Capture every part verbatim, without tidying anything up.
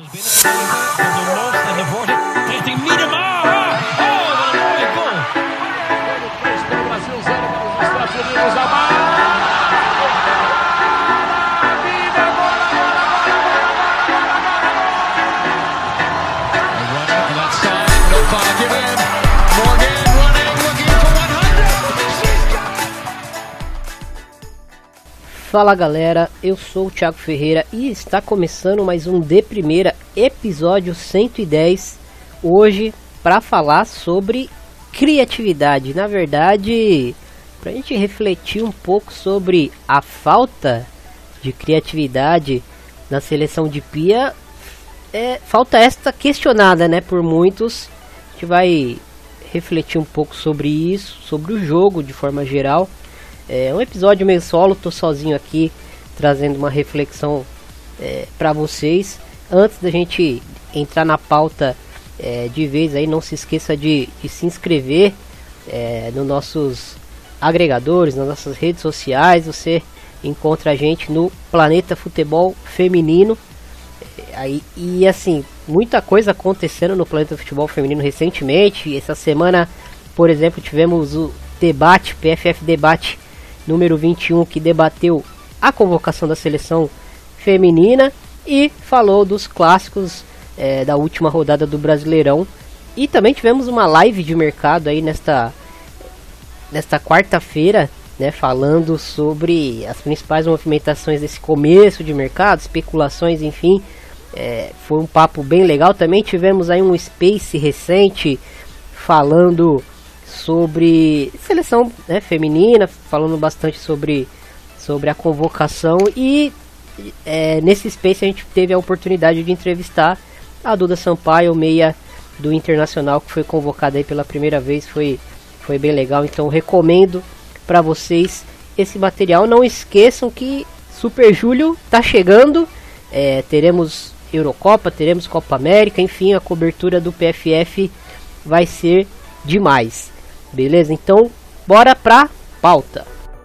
Fala galera, eu sou o Thiago Ferreira e está começando mais um De Primeira, episódio cento e dez, hoje para falar sobre criatividade. Na verdade, para a gente refletir um pouco sobre a falta de criatividade na seleção de Pia, é, falta esta questionada, né, por muitos. A gente vai refletir um pouco sobre isso, sobre o jogo de forma geral. É um episódio meio solo, tô sozinho aqui trazendo uma reflexão é, para vocês. Antes da gente entrar na pauta é, de vez, aí não se esqueça de, de se inscrever é, nos nossos agregadores, nas nossas redes sociais. Você encontra a gente no Planeta Futebol Feminino. É, aí, e assim, muita coisa acontecendo no Planeta Futebol Feminino recentemente. Essa semana, por exemplo, tivemos o debate, P F F Debate número vinte e um, que debateu a convocação da seleção feminina e falou dos clássicos é, da última rodada do Brasileirão. E também tivemos uma live de mercado aí nesta, nesta quarta-feira, né, falando sobre as principais movimentações desse começo de mercado, especulações, enfim. É, foi um papo bem legal. Também tivemos aí um Space recente falando sobre seleção, né, feminina, falando bastante sobre, sobre a convocação. E é, nesse Space a gente teve a oportunidade de entrevistar a Duda Sampaio, meia do Internacional, que foi convocada aí pela primeira vez. Foi, foi bem legal, então recomendo para vocês esse material. Não esqueçam que Super Julho tá chegando, é, teremos Eurocopa, teremos Copa América, enfim, a cobertura do P F F vai ser demais. Beleza? Então, bora pra pauta.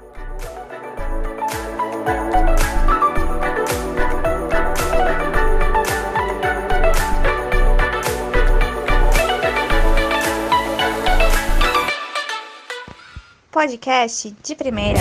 Podcast de primeira.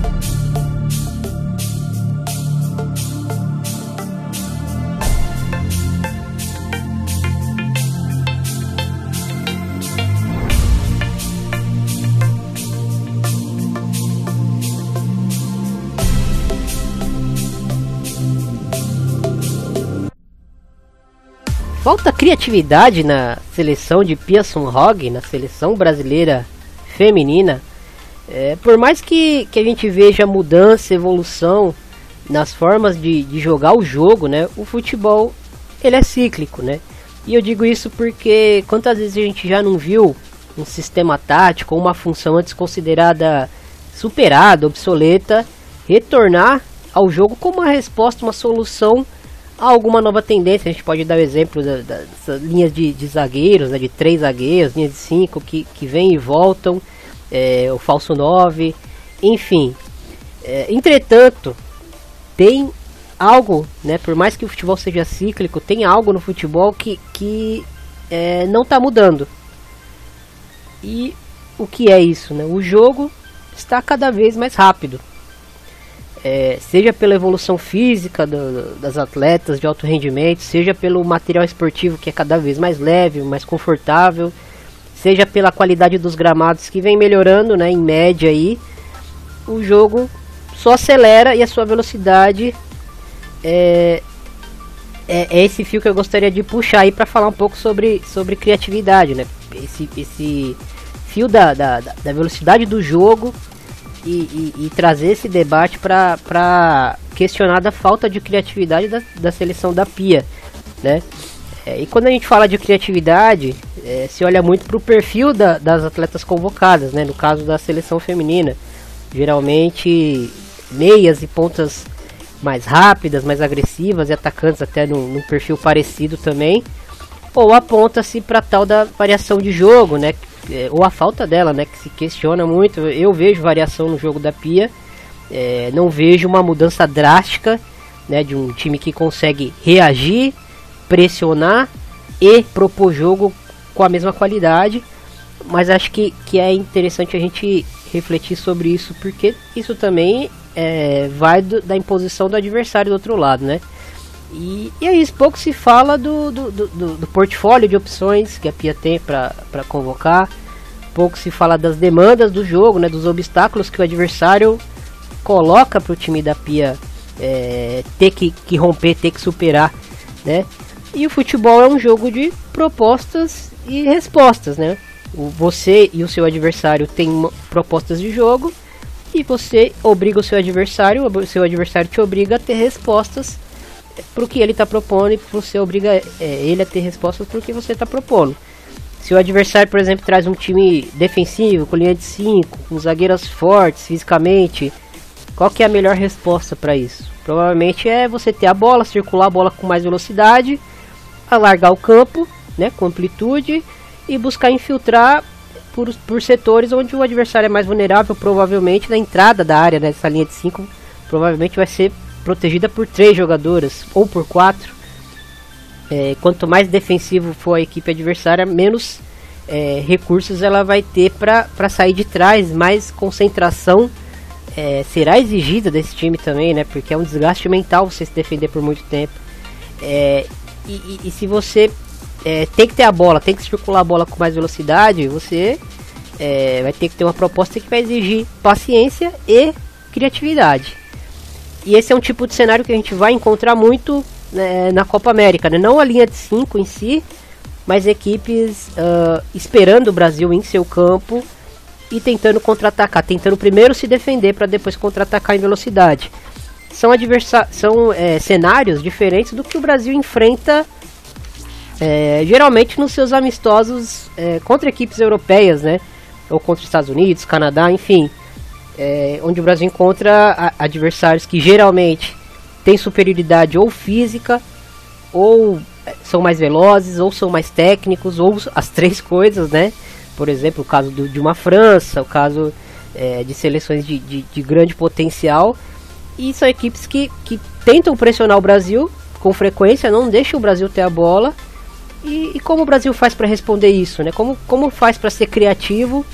Falta criatividade na seleção de Pia Sundhage, na seleção brasileira feminina. É, por mais que, que a gente veja mudança, evolução nas formas de, de jogar o jogo, né, o futebol ele é cíclico, né? E eu digo isso porque quantas vezes a gente já não viu um sistema tático ou uma função antes considerada superada, obsoleta, retornar ao jogo como uma resposta, uma solução a alguma nova tendência. A gente pode dar o exemplo da, da, das linhas de, de zagueiros, né, de três zagueiros, linhas de cinco que, que vêm e voltam, é, o falso nove, enfim. É, entretanto, tem algo, né, por mais que o futebol seja cíclico, tem algo no futebol que, que é, não está mudando. E o que é isso, né? O jogo está cada vez mais rápido. É, seja pela evolução física do, das atletas de alto rendimento, seja pelo material esportivo que é cada vez mais leve, mais confortável, seja pela qualidade dos gramados que vem melhorando, né, em média aí, o jogo só acelera e a sua velocidade é, é, é esse fio que eu gostaria de puxar aí para falar um pouco sobre, sobre criatividade, né? Esse, esse fio da, da, da velocidade do jogo. E, e, e trazer esse debate para questionar da falta de criatividade da, da seleção da Pia, né? É, e quando a gente fala de criatividade, é, se olha muito para o perfil da, das atletas convocadas, né? No caso da seleção feminina, geralmente meias e pontas mais rápidas, mais agressivas, e atacantes até num, num perfil parecido também, ou aponta-se para tal da variação de jogo, né? É, ou a falta dela, né, que se questiona muito. Eu vejo variação no jogo da Pia, é, não vejo uma mudança drástica, né, de um time que consegue reagir, pressionar e propor jogo com a mesma qualidade. Mas acho que, que é interessante a gente refletir sobre isso, porque isso também é, vai do, da imposição do adversário do outro lado, né? E, e é isso, pouco se fala do, do, do, do portfólio de opções que a Pia tem para convocar, pouco se fala das demandas do jogo, né, dos obstáculos que o adversário coloca para o time da Pia é, ter que, que romper, ter que superar, né? E o futebol é um jogo de propostas e respostas, né? Você e o seu adversário têm propostas de jogo e você obriga o seu adversário, o seu adversário te obriga a ter respostas para o que ele está propondo e você obriga é, ele a ter respostas para o que você está propondo. Se o adversário, por exemplo, traz um time defensivo, com linha de cinco, com zagueiros fortes fisicamente, qual que é a melhor resposta para isso? Provavelmente é você ter a bola, circular a bola com mais velocidade, alargar o campo, né, com amplitude, e buscar infiltrar por, por setores onde o adversário é mais vulnerável. Provavelmente na entrada da área dessa linha de cinco, provavelmente vai ser protegida por três jogadoras ou por quatro. É, quanto mais defensivo for a equipe adversária, menos é, recursos ela vai ter para sair de trás, mais concentração é, será exigida desse time também, né? Porque é um desgaste mental você se defender por muito tempo. É, e, e, e se você É, tem que ter a bola, tem que circular a bola com mais velocidade, você é, vai ter que ter uma proposta que vai exigir paciência e criatividade. E esse é um tipo de cenário que a gente vai encontrar muito, né, na Copa América, né? Não a linha de cinco em si, mas equipes uh, esperando o Brasil em seu campo e tentando contra-atacar, tentando primeiro se defender para depois contra-atacar em velocidade. São, adversa- são é, cenários diferentes do que o Brasil enfrenta É, geralmente nos seus amistosos é, contra equipes europeias, né? Ou contra os Estados Unidos, Canadá, enfim. É, onde o Brasil encontra a, adversários que geralmente têm superioridade ou física, ou são mais velozes, ou são mais técnicos, ou as três coisas, né? Por exemplo, o caso do, de uma França, o caso é, de seleções de, de, de grande potencial. E são equipes que, que tentam pressionar o Brasil com frequência, não deixam o Brasil ter a bola. E, e como o Brasil faz para responder isso, né? Como, como faz para ser criativo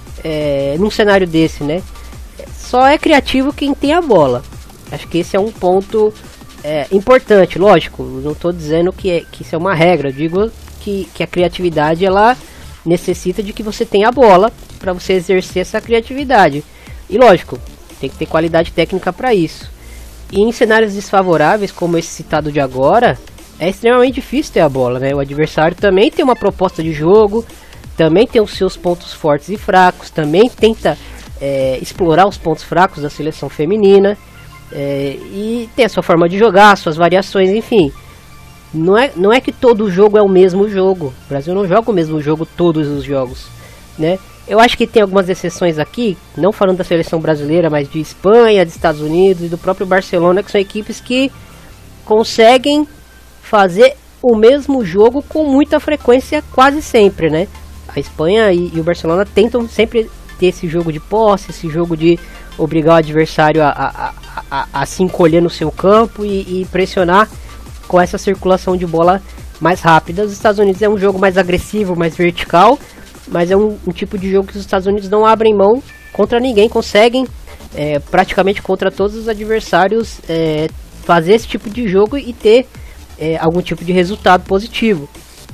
é, num cenário desse, né? Só é criativo quem tem a bola. Acho que esse é um ponto é, importante, lógico. Não estou dizendo que, é, que isso é uma regra. Eu digo que, que a criatividade ela necessita de que você tenha a bola para você exercer essa criatividade. E lógico, tem que ter qualidade técnica para isso. E em cenários desfavoráveis, como esse citado de agora, é extremamente difícil ter a bola, né? O adversário também tem uma proposta de jogo, também tem os seus pontos fortes e fracos, também tenta é, explorar os pontos fracos da seleção feminina, é, e tem a sua forma de jogar, suas variações, enfim. Não é, não é que todo jogo é o mesmo jogo. O Brasil não joga o mesmo jogo todos os jogos, né? Eu acho que tem algumas exceções aqui, não falando da seleção brasileira, mas de Espanha, dos Estados Unidos e do próprio Barcelona, que são equipes que conseguem fazer o mesmo jogo com muita frequência quase sempre, né? A Espanha e, e o Barcelona tentam sempre ter esse jogo de posse, esse jogo de obrigar o adversário a, a, a, a, a se encolher no seu campo e, e pressionar com essa circulação de bola mais rápida. Os Estados Unidos é um jogo mais agressivo, mais vertical, mas é um, um tipo de jogo que os Estados Unidos não abrem mão contra ninguém, conseguem é, praticamente contra todos os adversários é, fazer esse tipo de jogo e ter É, algum tipo de resultado positivo.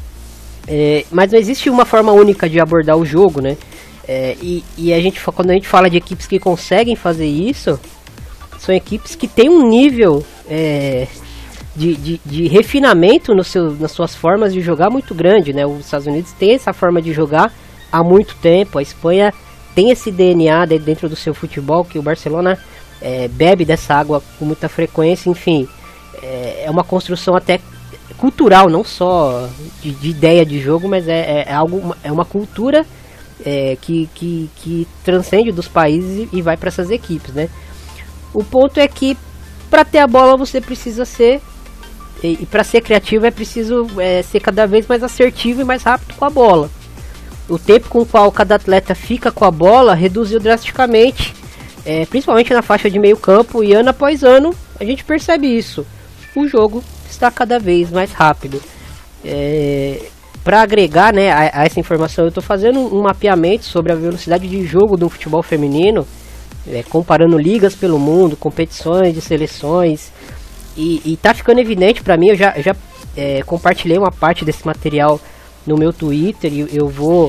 É, mas não existe uma forma única de abordar o jogo, né? É, e, e a gente, quando a gente fala de equipes que conseguem fazer isso, são equipes que têm um nível é, de, de, de refinamento no seu, nas suas formas de jogar muito grande, né? Os Estados Unidos tem essa forma de jogar há muito tempo. A Espanha tem esse D N A dentro do seu futebol que o Barcelona é, bebe dessa água com muita frequência, enfim. É uma construção até cultural, não só de, de ideia de jogo, mas é, é algo, é uma cultura é, que, que, que transcende dos países e vai para essas equipes, né? O ponto é que para ter a bola você precisa ser, e, e para ser criativo é preciso é, ser cada vez mais assertivo e mais rápido com a bola. O tempo com o qual cada atleta fica com a bola reduziu drasticamente, é, principalmente na faixa de meio campo, e ano após ano a gente percebe isso. O jogo está cada vez mais rápido. É, para agregar, né, a, a essa informação, eu estou fazendo um mapeamento sobre a velocidade de jogo do futebol feminino, é, comparando ligas pelo mundo, competições de seleções, e, e tá ficando evidente para mim. Eu já, já é, compartilhei uma parte desse material no meu Twitter, e eu vou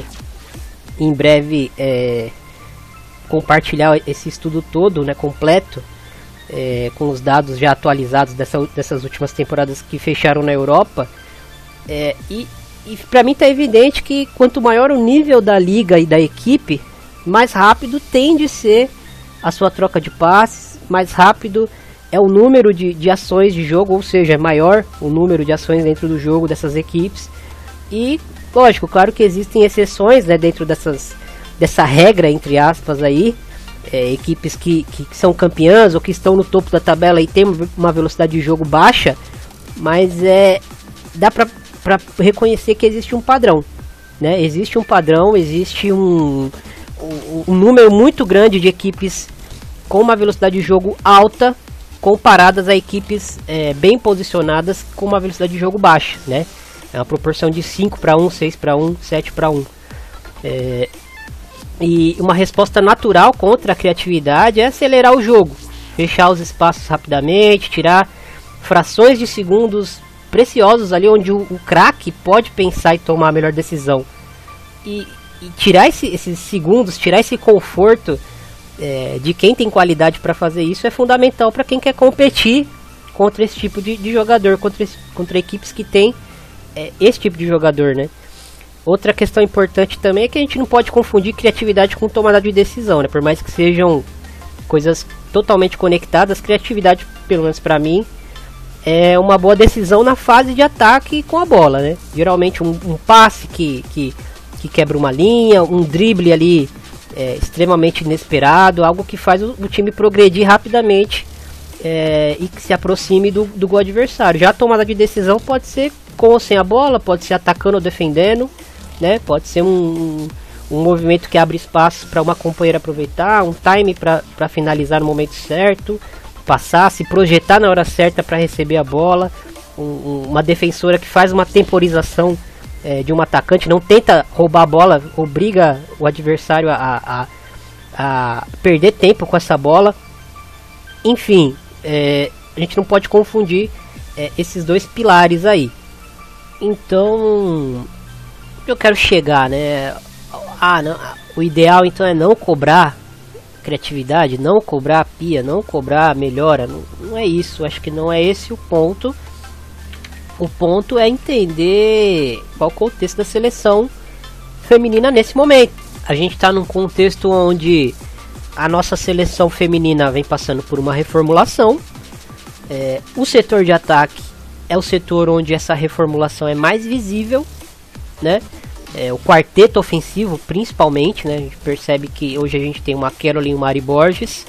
em breve é, compartilhar esse estudo todo, né, completo, é, com os dados já atualizados dessa, dessas últimas temporadas que fecharam na Europa. É, e e para mim tá evidente que quanto maior o nível da liga e da equipe, mais rápido tende a ser a sua troca de passes, mais rápido é o número de, de ações de jogo, ou seja, é maior o número de ações dentro do jogo dessas equipes. E, lógico, claro que existem exceções, né, dentro dessas, dessa regra, entre aspas, aí, é, equipes que, que são campeãs ou que estão no topo da tabela e tem uma velocidade de jogo baixa, mas é, dá pra para reconhecer que existe um padrão, né? Existe um padrão, existe um, um, um número muito grande de equipes com uma velocidade de jogo alta comparadas a equipes é, bem posicionadas com uma velocidade de jogo baixa, né? É uma proporção de cinco para um, seis para um, sete para um. É, e uma resposta natural contra a criatividade é acelerar o jogo, fechar os espaços rapidamente, tirar frações de segundos preciosos ali onde o, o craque pode pensar e tomar a melhor decisão, e, e tirar esse, esses segundos, tirar esse conforto é, de quem tem qualidade para fazer isso é fundamental para quem quer competir contra esse tipo de, de jogador, contra, esse, contra equipes que tem é, esse tipo de jogador, né? Outra questão importante também é que a gente não pode confundir criatividade com tomada de decisão, né? Por mais que sejam coisas totalmente conectadas, criatividade, pelo menos para mim, é uma boa decisão na fase de ataque com a bola, né? Geralmente um, um passe que, que, que quebra uma linha, um drible ali é, extremamente inesperado, algo que faz o, o time progredir rapidamente é, e que se aproxime do, do gol adversário. Já a tomada de decisão pode ser com ou sem a bola, pode ser atacando ou defendendo, né? Pode ser um, um, um movimento que abre espaço para uma companheira aproveitar, um time para finalizar no momento certo, passar, se projetar na hora certa para receber a bola, um, uma defensora que faz uma temporização é, de um atacante, não tenta roubar a bola, obriga o adversário a, a, a perder tempo com essa bola. Enfim, é, a gente não pode confundir é, esses dois pilares aí. Então, eu quero chegar, né? Ah, não, o ideal então é não cobrar criatividade, não cobrar a Pia, não cobrar a melhora, não, não é isso, acho que não é esse o ponto. O ponto é entender qual o contexto da seleção feminina nesse momento. A gente está num contexto onde a nossa seleção feminina vem passando por uma reformulação, é, o setor de ataque é o setor onde essa reformulação é mais visível, né? É, o quarteto ofensivo, principalmente, né? A gente percebe que hoje a gente tem uma Caroline e uma Mari Borges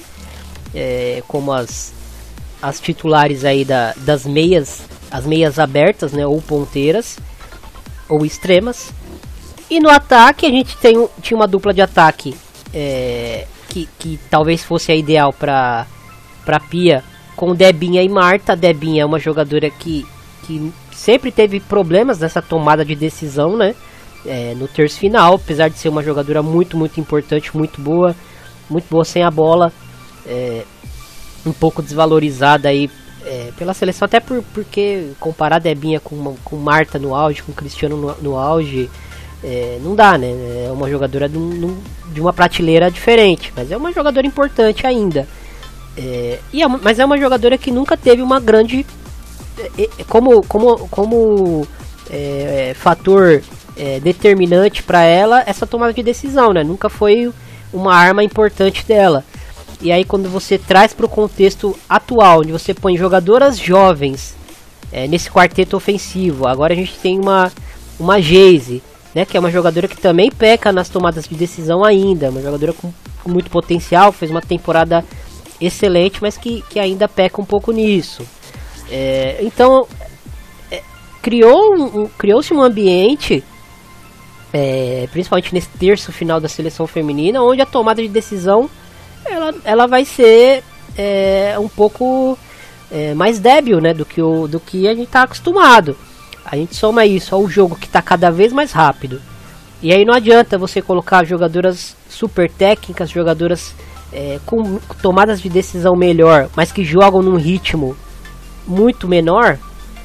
é, como as, as titulares aí da, das meias, as meias abertas, né? Ou ponteiras, ou extremas. E no ataque a gente tem, tinha uma dupla de ataque é, que, que talvez fosse a ideal para para Pia, com Debinha e Marta. Debinha é uma jogadora que, que sempre teve problemas nessa tomada de decisão, né? É, no terço final, apesar de ser uma jogadora muito, muito importante, muito boa, muito boa sem a bola, é, um pouco desvalorizada aí é, pela seleção, até por, porque comparar Debinha com, com Marta no auge, com Cristiano no, no auge, é, não dá, né? É uma jogadora de, um, de uma prateleira diferente, mas é uma jogadora importante ainda. É, e é, mas é uma jogadora que nunca teve uma grande é, como, como, como é, fator É, determinante para ela essa tomada de decisão, né? Nunca foi uma arma importante dela. E aí quando você traz para o contexto atual, onde você põe jogadoras jovens é, nesse quarteto ofensivo, agora a gente tem uma uma Geise, né? Que é uma jogadora que também peca nas tomadas de decisão ainda, uma jogadora com, com muito potencial, fez uma temporada excelente, mas que, que ainda peca um pouco nisso. É, então é, criou um, criou-se um ambiente É, principalmente nesse terço final da seleção feminina, onde a tomada de decisão ela, ela vai ser é, um pouco é, mais débil, né, do, que o, do que a gente está acostumado. A gente soma isso ao jogo que está cada vez mais rápido. E aí não adianta você colocar jogadoras super técnicas, jogadoras é, com tomadas de decisão melhor, mas que jogam num ritmo muito menor,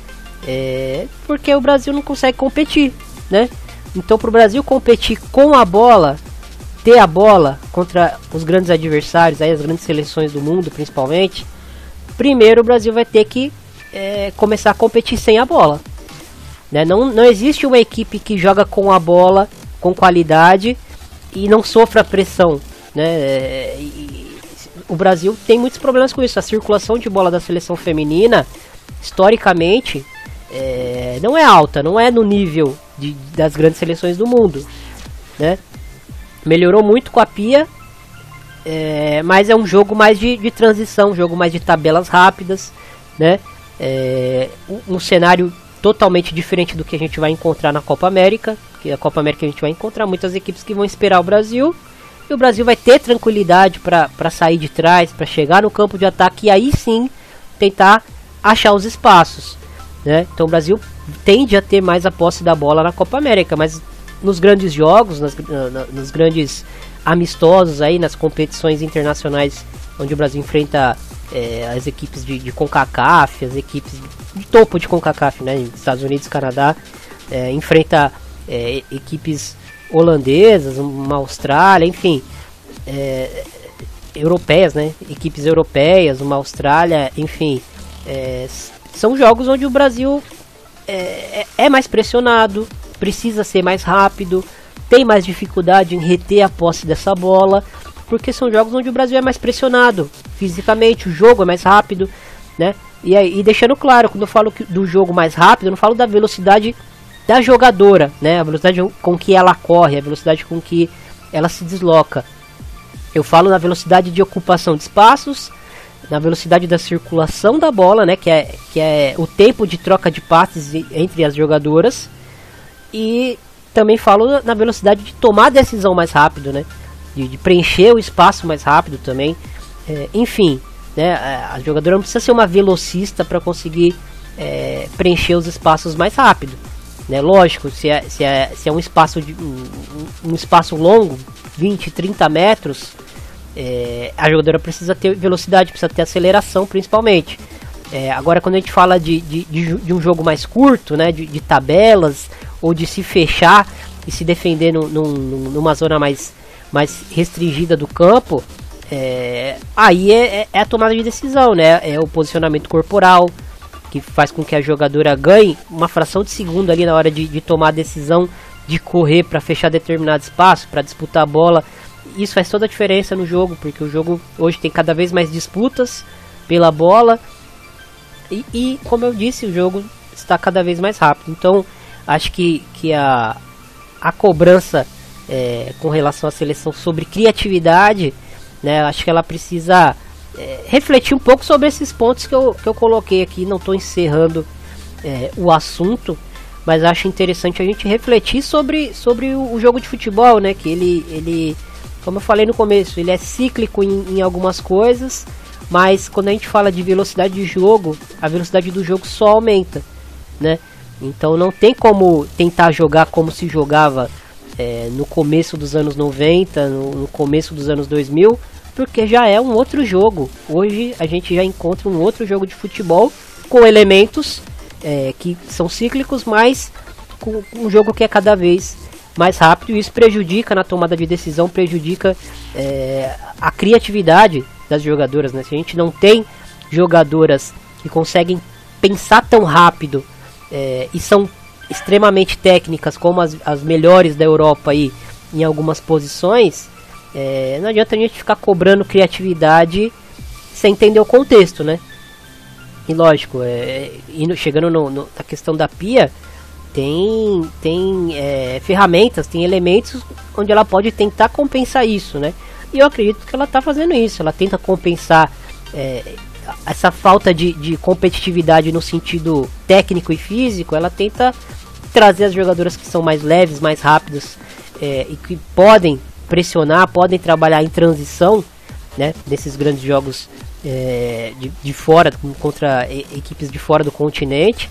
é, porque o Brasil não consegue competir, né? Então, para o Brasil competir com a bola, ter a bola contra os grandes adversários, aí as grandes seleções do mundo principalmente, primeiro o Brasil vai ter que é, começar a competir sem a bola, né? Não, não existe uma equipe que joga com a bola com qualidade e não sofra pressão, né? E o Brasil tem muitos problemas com isso. A circulação de bola da seleção feminina, historicamente, é, não é alta, não é no nível de, das grandes seleções do mundo, né? Melhorou muito com a Pia, é, mas é um jogo mais de, de transição, um jogo mais de tabelas rápidas, né? É, um, um cenário totalmente diferente do que a gente vai encontrar na Copa América. Que a Copa América a gente vai encontrar muitas equipes que vão esperar o Brasil, e o Brasil vai ter tranquilidade para sair de trás, para chegar no campo de ataque e aí sim tentar achar os espaços, né? Então o Brasil tende a ter mais a posse da bola na Copa América, mas nos grandes jogos, nas, na, nos grandes amistosos aí, nas competições internacionais onde o Brasil enfrenta é, as equipes de, de CONCACAF, as equipes de, de topo de CONCACAF, né? Estados Unidos e Canadá, é, enfrenta É, equipes holandesas, uma Austrália, enfim, é, europeias, né? Equipes europeias, uma Austrália, enfim, é, são jogos onde o Brasil é, é mais pressionado, precisa ser mais rápido, tem mais dificuldade em reter a posse dessa bola, porque são jogos onde o Brasil é mais pressionado fisicamente, o jogo é mais rápido, né? E, aí, e deixando claro, quando eu falo que, do jogo mais rápido, eu não falo da velocidade da jogadora, né? A velocidade com que ela corre, a velocidade com que ela se desloca. Eu falo na velocidade de ocupação de espaços, na velocidade da circulação da bola, né? Que é, que é o tempo de troca de passes entre as jogadoras. E também falo na velocidade de tomar a decisão mais rápido, né? De, de preencher o espaço mais rápido também. É, enfim, né? A jogadora não precisa ser uma velocista para conseguir é, preencher os espaços mais rápido. Né, lógico, se é, se, é, se é um espaço de, um, um espaço longo, vinte, trinta metros, é, a jogadora precisa ter velocidade, precisa ter aceleração principalmente. É, agora quando a gente fala de, de, de, de um jogo mais curto, né, de, de tabelas, ou de se fechar e se defender num, num, numa zona mais, mais restringida do campo, é, aí é, é a tomada de decisão, né, é o posicionamento corporal, que faz com que a jogadora ganhe uma fração de segundo ali na hora de, de tomar a decisão de correr para fechar determinado espaço, para disputar a bola. Isso faz toda a diferença no jogo, porque o jogo hoje tem cada vez mais disputas pela bola e, e como eu disse, o jogo está cada vez mais rápido. Então acho que, que a, a cobrança é, com relação à seleção sobre criatividade, né, acho que ela precisa É, refletir um pouco sobre esses pontos que eu, que eu coloquei aqui. Não estou encerrando é, o assunto, mas acho interessante a gente refletir sobre, sobre o, o jogo de futebol, né? Que ele, ele, como eu falei no começo, ele é cíclico em, em algumas coisas, mas quando a gente fala de velocidade de jogo, a velocidade do jogo só aumenta, né? Então não tem como tentar jogar como se jogava é, no começo dos anos noventa, no, no começo dos anos dois mil, porque já é um outro jogo. Hoje a gente já encontra um outro jogo de futebol com elementos é, que são cíclicos, mas com um jogo que é cada vez mais rápido, e isso prejudica na tomada de decisão, prejudica é, a criatividade das jogadoras, né? Se a gente não tem jogadoras que conseguem pensar tão rápido é, e são extremamente técnicas como as, as melhores da Europa aí, em algumas posições, É, não adianta a gente ficar cobrando criatividade sem entender o contexto, né? E lógico, é, indo, chegando no, no, na questão da Pia, tem, tem é, ferramentas, tem elementos onde ela pode tentar compensar isso, né? E eu acredito que ela está fazendo isso, ela tenta compensar é, essa falta de, de competitividade no sentido técnico e físico. Ela tenta trazer as jogadoras que são mais leves, mais rápidas é, e que podem pressionar, podem trabalhar em transição, né, nesses grandes jogos é, de, de fora, contra e, equipes de fora do continente,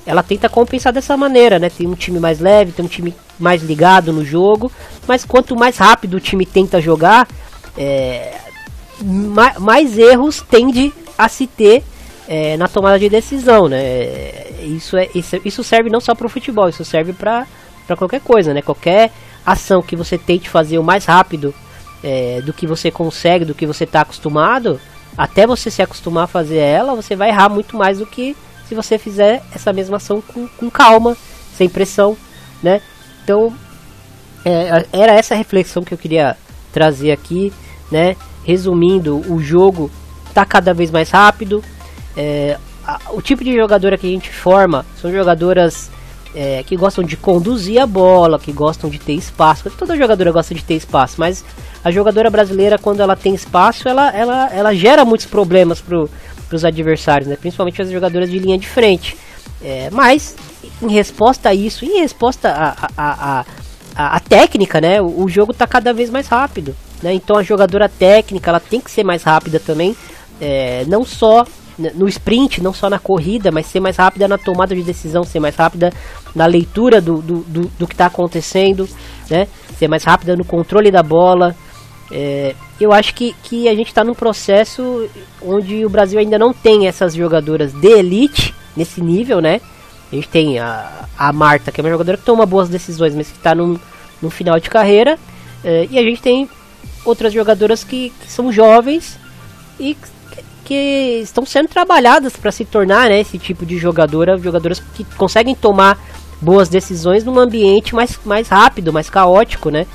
ela tenta compensar dessa maneira, né? Tem um time mais leve, tem um time mais ligado no jogo, mas quanto mais rápido o time tenta jogar, é, mais, mais erros tende a se ter é, na tomada de decisão, né? Isso, é, isso, isso serve não só para o futebol, isso serve para qualquer coisa, né? Qualquer ação que você tente fazer o mais rápido é, do que você consegue, do que você está acostumado, até você se acostumar a fazer ela, você vai errar muito mais do que se você fizer essa mesma ação com, com calma, sem pressão, né? Então, é, era essa reflexão que eu queria trazer aqui, né? Resumindo, o jogo está cada vez mais rápido. É, a, o tipo de jogadora que a gente forma são jogadoras é, que gostam de conduzir a bola, que gostam de ter espaço. Toda jogadora gosta de ter espaço, mas a jogadora brasileira, quando ela tem espaço, ela, ela, ela gera muitos problemas pro para os adversários, né? Principalmente as jogadoras de linha de frente. É, mas, em resposta a isso, em resposta a, a, a, a, a técnica, né? O, o jogo está cada vez mais rápido, né? Então a jogadora técnica ela tem que ser mais rápida também, é, não só no sprint, não só na corrida, mas ser mais rápida na tomada de decisão, ser mais rápida na leitura do, do, do, do que está acontecendo, né? Ser mais rápida no controle da bola. É, eu acho que, que a gente está num processo onde o Brasil ainda não tem essas jogadoras de elite nesse nível, né? A gente tem a, a Marta, que é uma jogadora que toma boas decisões, mas que está no, no final de carreira. É, e a gente tem outras jogadoras que, que são jovens e que, que estão sendo trabalhadas para se tornar, né, esse tipo de jogadora, jogadoras que conseguem tomar boas decisões num ambiente mais, mais rápido, mais caótico, né?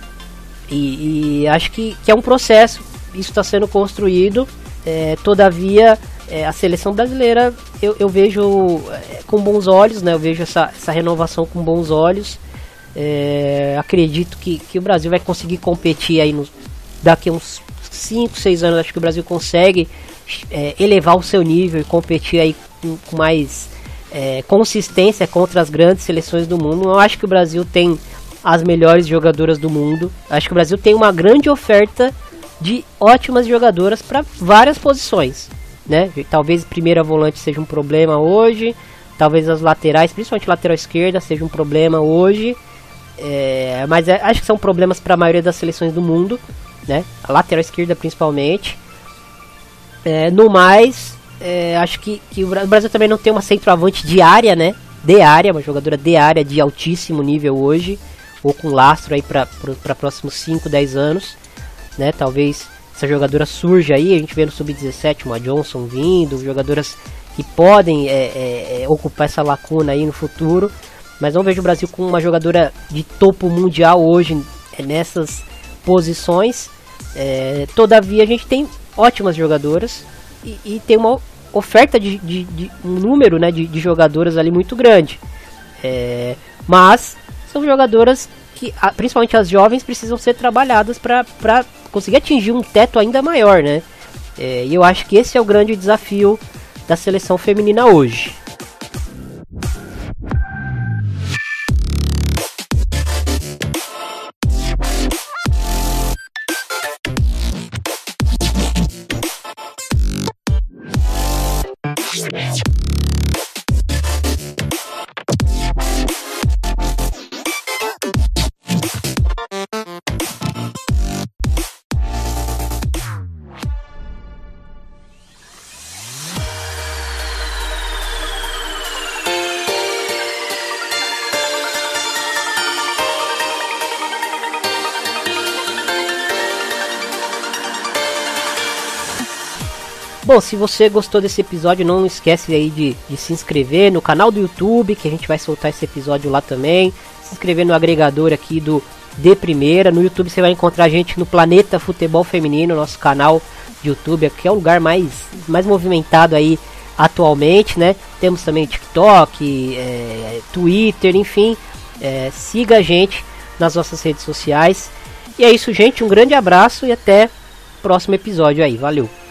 E, e acho que, que é um processo, isso está sendo construído, é, todavia é, a seleção brasileira eu, eu vejo é, com bons olhos, né? Eu vejo essa, essa renovação com bons olhos. É, acredito que, que o Brasil vai conseguir competir aí no, daqui a uns cinco, seis anos. Acho que o Brasil consegue é, elevar o seu nível e competir aí com, com mais é, consistência contra as grandes seleções do mundo. Eu acho que o Brasil tem as melhores jogadoras do mundo. Acho que o Brasil tem uma grande oferta de ótimas jogadoras para várias posições, né? Talvez primeira volante seja um problema hoje, talvez as laterais, principalmente lateral esquerda, seja um problema hoje, é, mas é, acho que são problemas para a maioria das seleções do mundo, né? A lateral esquerda principalmente. É, no mais, é, acho que, que o Brasil também não tem uma centroavante de área, né? De área, uma jogadora de área de altíssimo nível hoje, ou com lastro aí para próximos cinco, dez anos, né? Talvez essa jogadora surja aí, a gente vê no sub dezessete uma Johnson vindo, jogadoras que podem é, é, ocupar essa lacuna aí no futuro, mas não vejo o Brasil com uma jogadora de topo mundial hoje é, nessas posições. É, todavia a gente tem ótimas jogadoras e, e tem uma oferta de, de, de um número, né, de, de jogadoras ali muito grande, é, mas são jogadoras que, principalmente as jovens, precisam ser trabalhadas para conseguir atingir um teto ainda maior, né? É, e eu acho que esse é o grande desafio da seleção feminina hoje. Bom, se você gostou desse episódio, não esquece aí de, de se inscrever no canal do YouTube, que a gente vai soltar esse episódio lá também. Se inscrever no agregador aqui do De Primeira. No YouTube você vai encontrar a gente no Planeta Futebol Feminino, nosso canal de YouTube, que é o lugar mais, mais movimentado aí atualmente, né? Temos também TikTok, é, Twitter, enfim. É, siga a gente nas nossas redes sociais. E é isso, gente. Um grande abraço e até o próximo episódio aí. Valeu!